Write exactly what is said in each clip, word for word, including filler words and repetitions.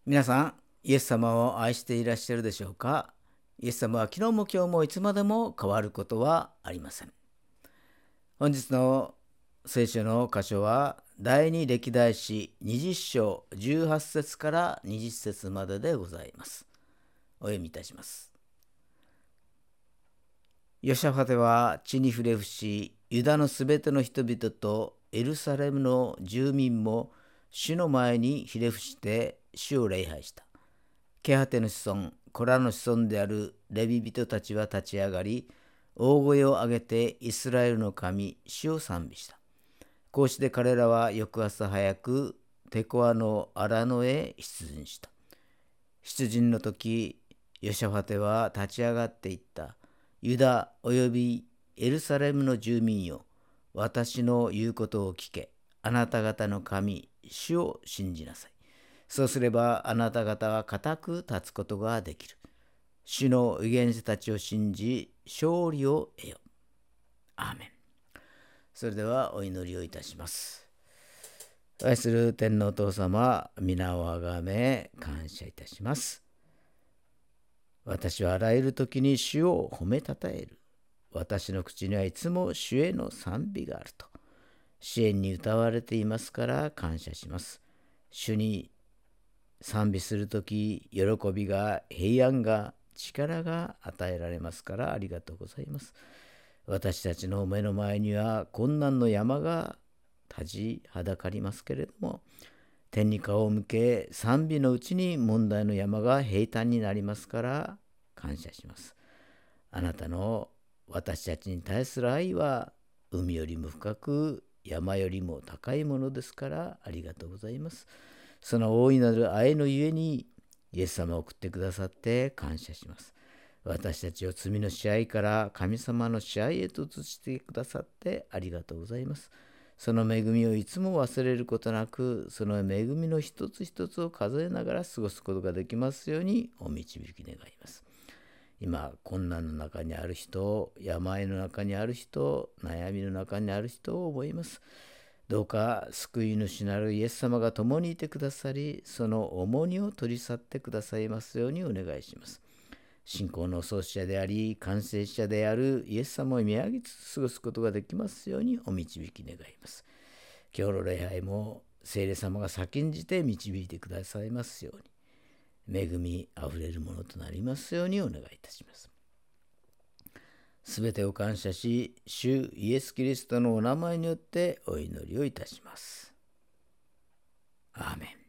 皆さん、イエス様を愛していらっしゃるでしょうか？イエス様は昨日も今日もいつまでも変わることはありません。本日の聖書の箇所は第二歴代史にじゅっ章じゅうはち節からにじゅっ節まででございます。お読みいたします。ヨシャファテは地に触れ伏し、ユダのすべての人々とエルサレムの住民も主の前にひれ伏して主を礼拝した。ケハテの子孫、コラの子孫であるレビ人たちは立ち上がり、大声を上げてイスラエルの神、主を賛美した。こうして彼らは翌朝早く、テコアの荒野へ出陣した。出陣の時、ヨシャファテは立ち上がっていった。ユダおよびエルサレムの住民よ、私の言うことを聞け。あなた方の神、主を信じなさい。そうすればあなた方は固く立つことができる。主の預言者たちを信じ、勝利を得よ。アーメン。それではお祈りをいたします。愛する天皇お父様、皆をあがめ感謝いたします。私はあらゆる時に主を褒めたたえる。私の口にはいつも主への賛美があると詩篇に歌われていますから感謝します。主に賛美するとき、喜びが、平安が、力が与えられますからありがとうございます。私たちの目の前には困難の山が立ちはだかりますけれども、天に顔を向け、賛美のうちに問題の山が平坦になりますから感謝します。あなたの私たちに対する愛は海よりも深く、山よりも高いものですからありがとうございます。その大いなる愛のゆえにイエス様を送ってくださって感謝します。私たちを罪の支配から神様の支配へと移してくださってありがとうございます。その恵みをいつも忘れることなく、その恵みの一つ一つを数えながら過ごすことができますようにお導き願います。今、困難の中にある人、病の中にある人、悩みの中にある人を思います。どうか救い主なるイエス様が共にいてくださり、その重荷を取り去ってくださいますようにお願いします。信仰の創始者であり、完成者であるイエス様を見上げつつ過ごすことができますようにお導き願います。今日の礼拝も聖霊様が先んじて導いてくださいますように、恵みあふれるものとなりますようにお願いいたします。すべてを感謝し、主イエス・キリストのお名前によってお祈りをいたします。アーメン。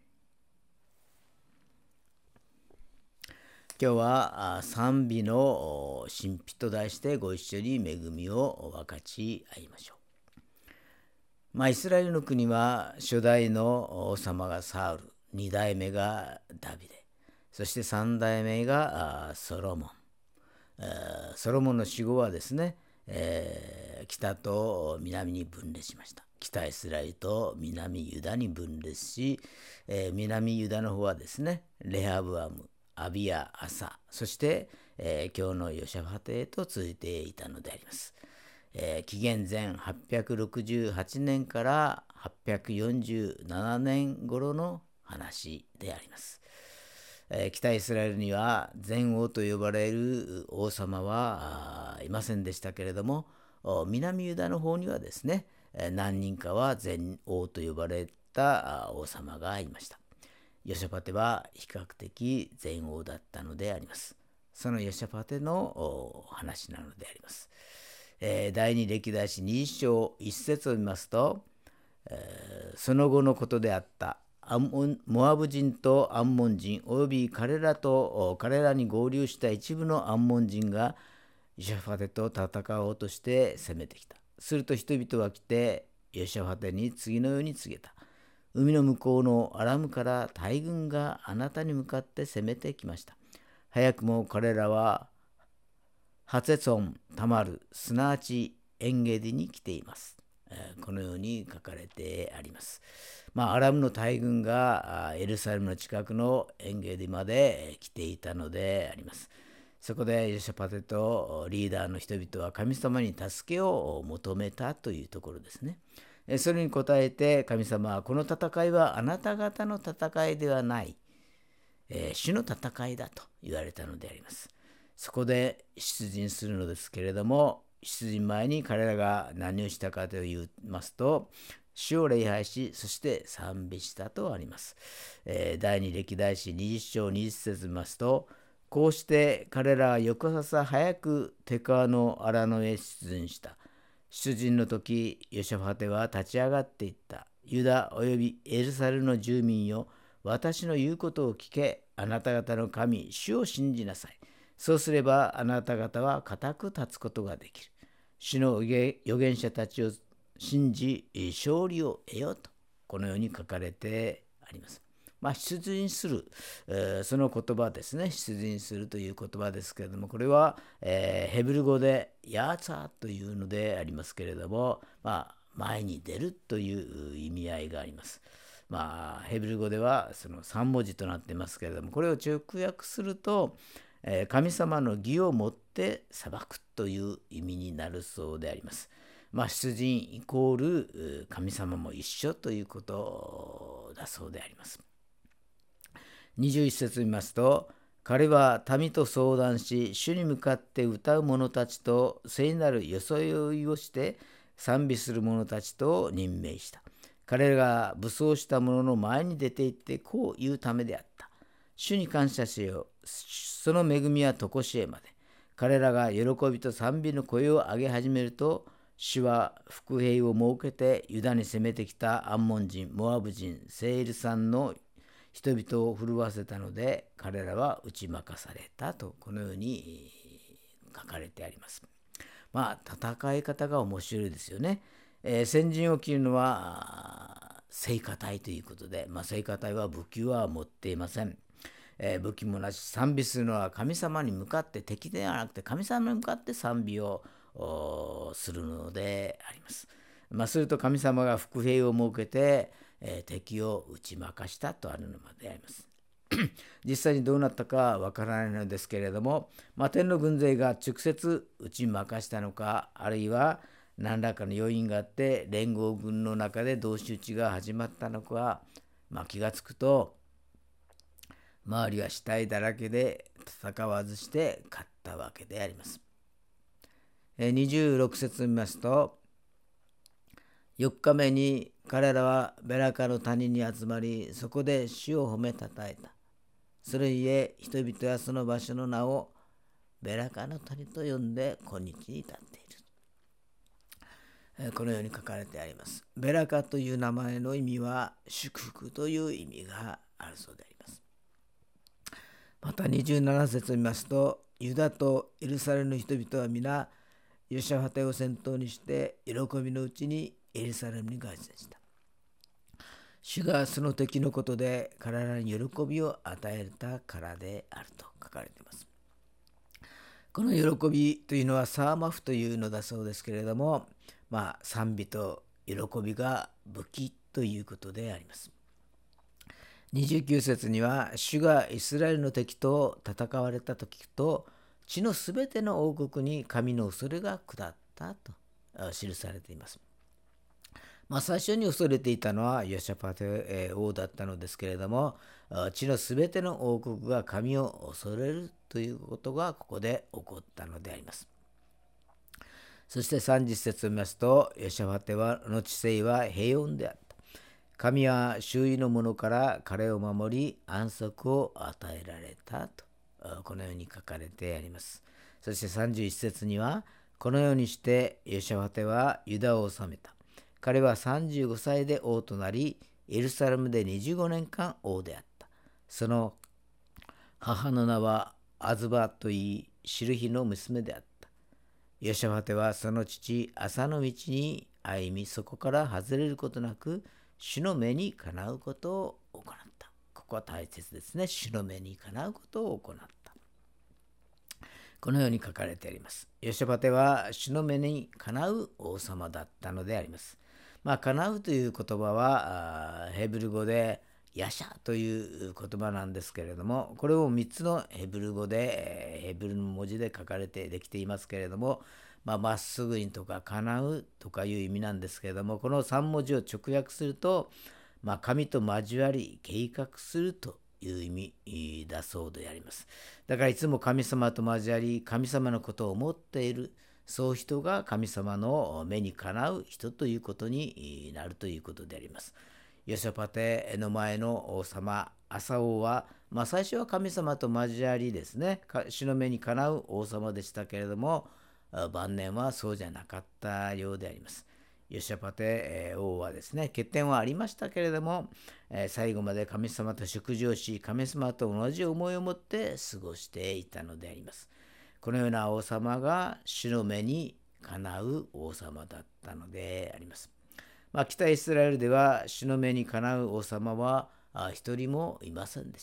今日は賛美の神秘と題してご一緒に恵みを分かち合いましょう。まあ、イスラエルの国は初代の王様がサウル、二代目がダビデ、そして三代目がソロモン。ソロモンの死後はですね、えー、北と南に分裂しました。北イスラエルと南ユダに分裂し、えー、南ユダの方はですね、レハブアム、アビヤ、アサ、そして、えー、今日のヨシャファテへと続いていたのであります。えー、紀元前はっぴゃくろくじゅうはちねんからはっぴゃくよんじゅうななねん頃の話であります。北イスラエルには前王と呼ばれる王様はいませんでしたけれども、南ユダの方にはですね、何人かは前王と呼ばれた王様がいました。ヨシャパテは比較的前王だったのであります。そのヨシャパテの話なのであります。第二歴代史にじゅっ章いち節を見ますと、その後のことであった。モアブ人とアンモン人および彼らと彼らに合流した一部のアンモン人がヨシャファテと戦おうとして攻めてきた。すると人々は来てヨシャファテに次のように告げた。海の向こうのアラムから大軍があなたに向かって攻めてきました。早くも彼らはハツェツォン、タマル、すなわちエンゲディに来ています。このように書かれてあります。まあ、アラムの大軍がエルサレムの近くのエンゲディまで来ていたのであります。そこでヨシャパテとリーダーの人々は神様に助けを求めたというところですね。それに応えて神様は、この戦いはあなた方の戦いではない。 えー主の戦いだと言われたのであります。そこで出陣するのですけれども、出陣前に彼らが何をしたかと言いますと、主を礼拝し、そして賛美したとあります。えー第二歴代史にじゅっ章にじゅっ節見ますと、こうして彼らは翌朝早くテコアの荒野へ出陣した。出陣の時、ヨシャファテは立ち上がっていった。ユダおよびエルサレムの住民よ、私の言うことを聞け。あなた方の神、主を信じなさい。そうすればあなた方は固く立つことができる。主の預言者たちを信じ、勝利を得ようと、このように書かれてあります。まあ、出陣する、えーその言葉ですね。出陣するという言葉ですけれども、これは、えーヘブル語でヤーツァーというのでありますけれども、まあ、前に出るという意味合いがあります。まあ、ヘブル語ではそのさん文字となっていますけれども、これを直訳すると、えー神様の義をもって裁くという意味になるそうであります。まあ、出陣イコール神様も一緒ということだそうであります。にじゅういち節見ますと、彼は民と相談し、主に向かって歌う者たちと聖なる装いをして賛美する者たちと任命した。彼らが武装した者の前に出て行ってこう言うためであった。主に感謝せよ。その恵みは常しえまで。彼らが喜びと賛美の声を上げ始めると、主は伏兵を設けてユダに攻めてきたアンモン人、モアブ人、セール山の人々を震わせたので、彼らは打ち負かされたと、このように書かれてあります。まあ、戦い方が面白いですよね。えー先陣を切るのは聖歌隊ということで、まあ、聖歌隊は武器は持っていません。えー武器もなし、賛美するのは神様に向かって、敵ではなくて神様に向かって賛美をするのであります。まあ、すると神様が伏兵を設けて、えー敵を打ち負かしたとあるのであります。実際にどうなったかわからないのですけれども、まあ、天の軍勢が直接打ち負かしたのか、あるいは何らかの要因があって連合軍の中で同士討ちが始まったのか、まあ、気がつくと周りは死体だらけで戦わずして勝ったわけであります。にじゅうろく節見ますと、よっかめに彼らはベラカの谷に集まり、そこで主を褒めたたえた。それゆえ人々はその場所の名をベラカの谷と呼んで今日に至っている。このように書かれてあります。ベラカという名前の意味は祝福という意味があるそうであります。またにじゅうなな節を見ますと、ユダとエルサレムの人々は皆ヨシャファテを先頭にして喜びのうちにエルサレムに凱旋した。主がその敵のことで彼らに喜びを与えたからであると書かれています。この喜びというのはサーマフというのだそうですけれども、まあ、賛美と喜びが武器ということであります。にじゅうきゅう節には、主がイスラエルの敵と戦われた時と地のすべての王国に神の恐れが下ったと記されています。まあ、最初に恐れていたのはヨシャパテ王だったのですけれども、地のすべての王国が神を恐れるということがここで起こったのであります。そしてさんじゅう節を見ますと、ヨシャファテはの治世は平穏であった。神は周囲の者から彼を守り安息を与えられたと、このように書かれてあります。そしてさんじゅういち節には、このようにしてヨシャファテはユダを治めた。彼はさんじゅうごさいで王となり、エルサレムでにじゅうごねんかん王であった。その母の名はアズバといい、シルヒの娘であった。ヨシャファテはその父アサの道に歩み、そこから外れることなく主の目にかなうことを行った。ここは大切ですね。主の目にかなうことを行った。このように書かれてあります。ヨシャファテは主の目にかなう王様だったのであります。まあ、かなうという言葉はヘブル語でヤシャという言葉なんですけれども、これをみっつのヘブル語でヘブルの文字で書かれてできていますけれども、まあ、まっすぐにとかかなうとかいう意味なんですけれども、このさん文字を直訳すると、まあ、神と交わり計画するという意味だそうであります。だからいつも神様と交わり、神様のことを思っている、そういう人が神様の目にかなう人ということになるということであります。ヨシャパテの前の王様アサ王は、まあ、最初は神様と交わりですね、主の目にかなう王様でしたけれども、晩年はそうじゃなかったようであります。ヨシャパテ王はですね、欠点はありましたけれども、最後まで神様と食事をし、神様と同じ思いを持って過ごしていたのであります。このような王様が主の目にかなう王様だったのであります。まあ、北イスラエルでは主の目にかなう王様は一人もいませんでした。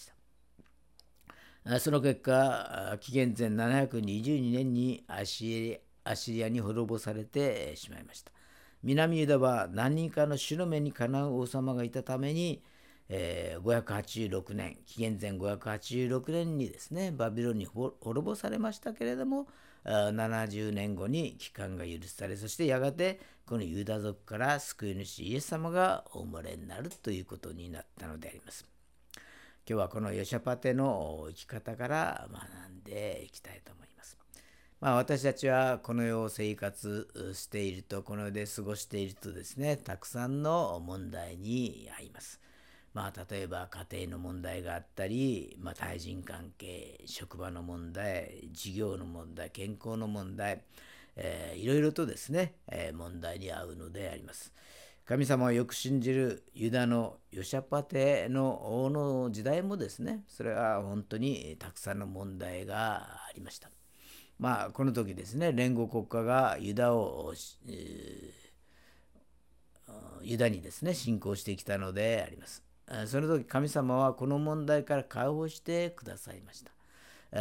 その結果、紀元前ななひゃくにじゅうにねんにアシリアに滅ぼされてしまいました。南ユダは何人かの主の目にかなう王様がいたために、えー、ごひゃくはちじゅうろくねん、紀元前ごひゃくはちじゅうろくねんにですね、バビロンに滅ぼされましたけれども、ななじゅうねんごに帰還が許され、そしてやがてこのユダ族から救い主イエス様がお生まれになるということになったのであります。今日はこのヨシャパテの生き方から学んでいきたいと思います。まあ、私たちはこの世を生活していると、この世で過ごしているとですね、たくさんの問題に遭います。まあ、例えば家庭の問題があったり、まあ、対人関係、職場の問題、事業の問題、健康の問題、えー、いろいろとですね、えー、問題に遭うのであります。神様をよく信じるユダのヨシャパテの王の時代もですね、それは本当にたくさんの問題がありました。まあ、この時ですね、連合国家がユダを、えー、ユダにですね、侵攻してきたのであります。その時神様はこの問題から解放してくださいました。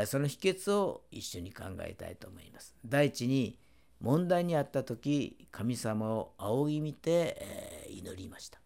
その秘訣を一緒に考えたいと思います。第一に、問題にあった時、神様を仰ぎ見て祈りました。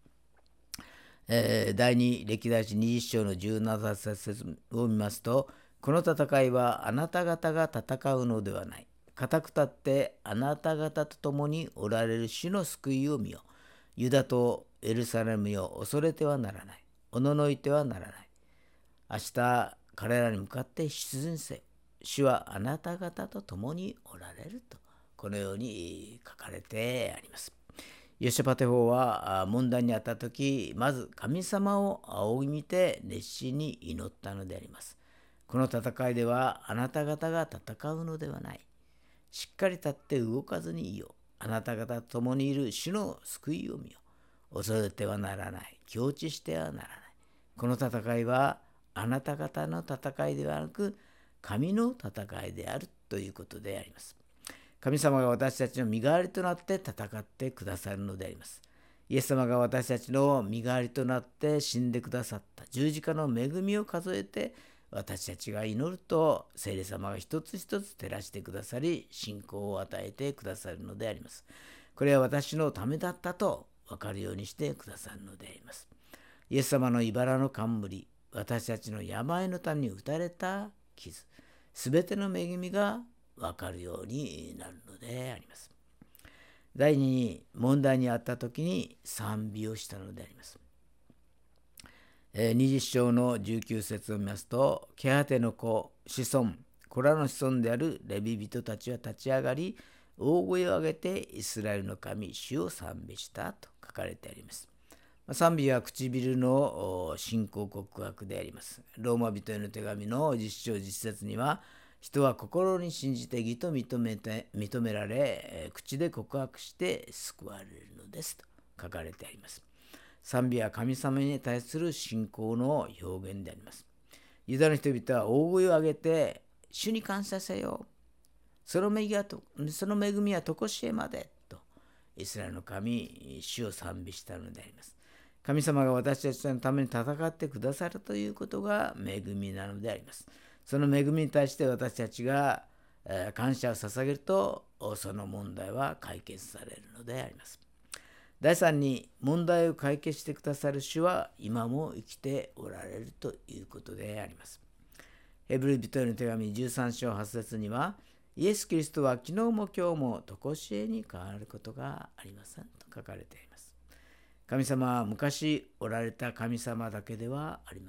第二歴代史にじゅっ章のじゅうなな節を見ますと、この戦いはあなた方が戦うのではない。固く立ってあなた方と共におられる主の救いを見よ。ユダとエルサレムよ、恐れてはならない。おののいてはならない。明日彼らに向かって出陣せよ。主はあなた方と共におられると、このように書かれてあります。ヨシャパテ王は問題にあったとき、まず神様を仰ぎ見て熱心に祈ったのであります。この戦いではあなた方が戦うのではない。しっかり立って動かずにいよう。あなた方と共にいる主の救いを見よう。恐れてはならない。強知してはならない。この戦いはあなた方の戦いではなく、神の戦いであるということであります。神様が私たちの身代わりとなって戦ってくださるのであります。イエス様が私たちの身代わりとなって死んでくださった十字架の恵みを数えて、私たちが祈ると聖霊様が一つ一つ照らしてくださり、信仰を与えてくださるのであります。これは私のためだったと分かるようにしてくださるのであります。イエス様の茨の冠、私たちの病のために打たれた傷、すべての恵みが分かるようになるのであります。第二に、問題にあった時に賛美をしたのであります。にじゅっ章のじゅうきゅう節を見ますと、ケハテの子、子孫、コラの子孫であるレビ人たちは立ち上がり、大声を上げてイスラエルの神、主を賛美したと書かれてあります。賛美は唇の信仰告白であります。ローマ人への手紙のじゅっ章じゅっ節には、人は心に信じて義と認めて認められ、口で告白して救われるのですと書かれてあります。賛美は神様に対する信仰の表現であります。ユダの人々は大声を上げて、主に感謝せよ。その恵みはと、その恵みはとこしえまでと、イスラエルの神、主を賛美したのであります。神様が私たちのために戦ってくださるということが恵みなのであります。その恵みに対して私たちが感謝を捧げると、その問題は解決されるのであります。第三に、問題を解決してくださる主は今も生きておられるということであります。ヘブル人への手紙じゅうさん章はち節には、イエス・キリストは昨日も今日も常しえに変わることがありませんと書かれています。神様は昔おられた神様だけではありません。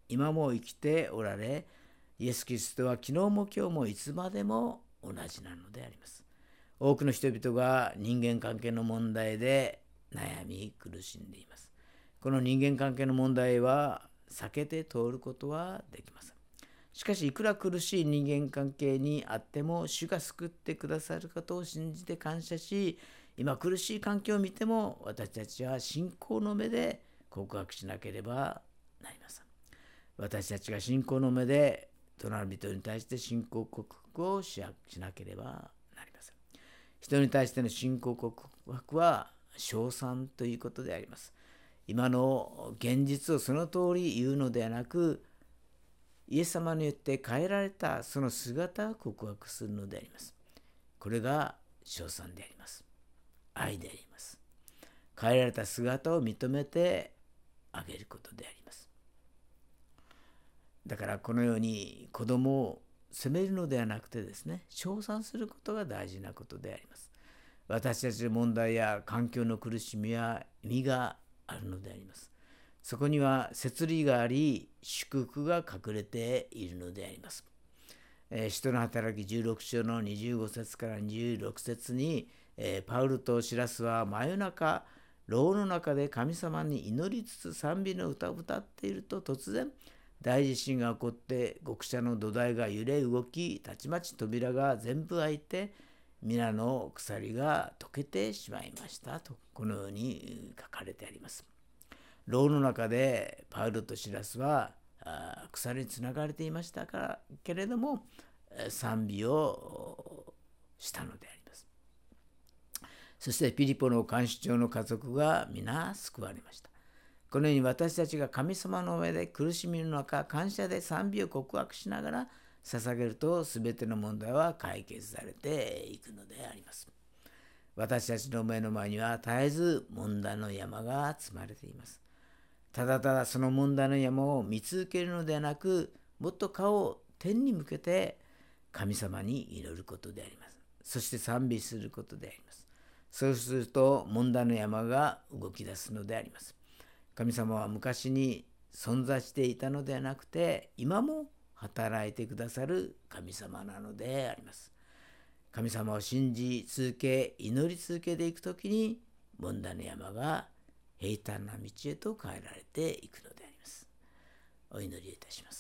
今も生きておられ、イエス・キリストは昨日も今日もいつまでも同じなのであります。多くの人々が人間関係の問題で悩み苦しんでいます。この人間関係の問題は避けて通ることはできません。しかしいくら苦しい人間関係にあっても、主が救ってくださることを信じて感謝し、今苦しい環境を見ても私たちは信仰の目で告白しなければなりません。私たちが信仰の目で隣人に対して信仰告白をしなければなりません。人に対しての信仰告白は称賛ということであります。今の現実をその通り言うのではなく、イエス様によって変えられたその姿を告白するのであります。これが称賛であります。愛であります。変えられた姿を認めてあげることであります。だからこのように子供を責めるのではなくてですね、称賛することが大事なことであります。私たちの問題や環境の苦しみや意味があるのであります。そこには摂理があり、祝福が隠れているのであります。えー、使徒の働きじゅうろく章のにじゅうご節からにじゅうろく節に、えー、パウルとシラスは真夜中、牢の中で神様に祈りつつ賛美の歌を歌っていると、突然大地震が起こって獄舎の土台が揺れ動き、たちまち扉が全部開いて皆の鎖が解けてしまいましたと、このように書かれてあります。牢の中でパウロとシラスは鎖につながれていましたからけれども、賛美をしたのであります。そしてピリポの監視長の家族が皆救われました。このように私たちが神様の上で苦しみの中、感謝で賛美を告白しながら捧げると、すべての問題は解決されていくのであります。私たちの目の前には絶えず問題の山が積まれています。ただただその問題の山を見続けるのではなく、もっと顔を天に向けて神様に祈ることであります。そして賛美することであります。そうすると問題の山が動き出すのであります。神様は昔に存在していたのではなくて、今も働いてくださる神様なのであります。神様を信じ続け、祈り続けていくときに、問題の山が平坦な道へと変えられていくのであります。お祈りいたします。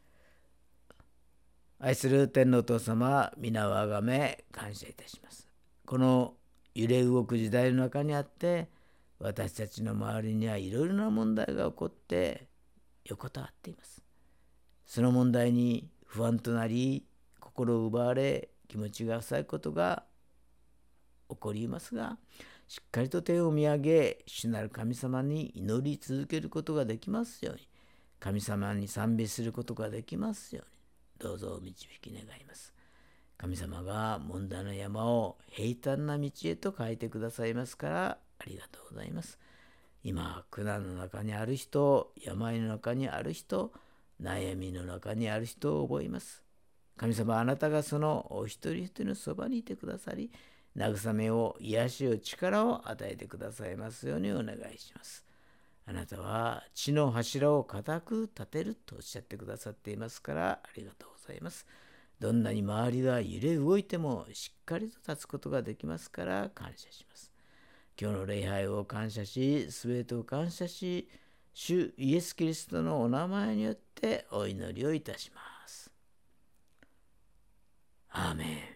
愛する天のお父様、皆をあがめ感謝いたします。この揺れ動く時代の中にあって、私たちの周りにはいろいろな問題が起こって横たわっています。その問題に不安となり、心を奪われ、気持ちが浅いことが起こりますが、しっかりと手を見上げ、主なる神様に祈り続けることができますように、神様に賛美することができますように、どうぞお導き願います。神様が問題の山を平坦な道へと変えてくださいますから、ありがとうございます。今、苦難の中にある人、病の中にある人、悩みの中にある人を覚えます。神様、あなたがそのお一人一人のそばにいてくださり、慰めを、癒しを、力を与えてくださいますようにお願いします。あなたは地の柱を固く立てるとおっしゃってくださっていますから、ありがとうございます。どんなに周りが揺れ動いてもしっかりと立つことができますから感謝します。今日の礼拝を感謝し、すべてを感謝し、主イエス・キリストのお名前によってお祈りをいたします。アーメン。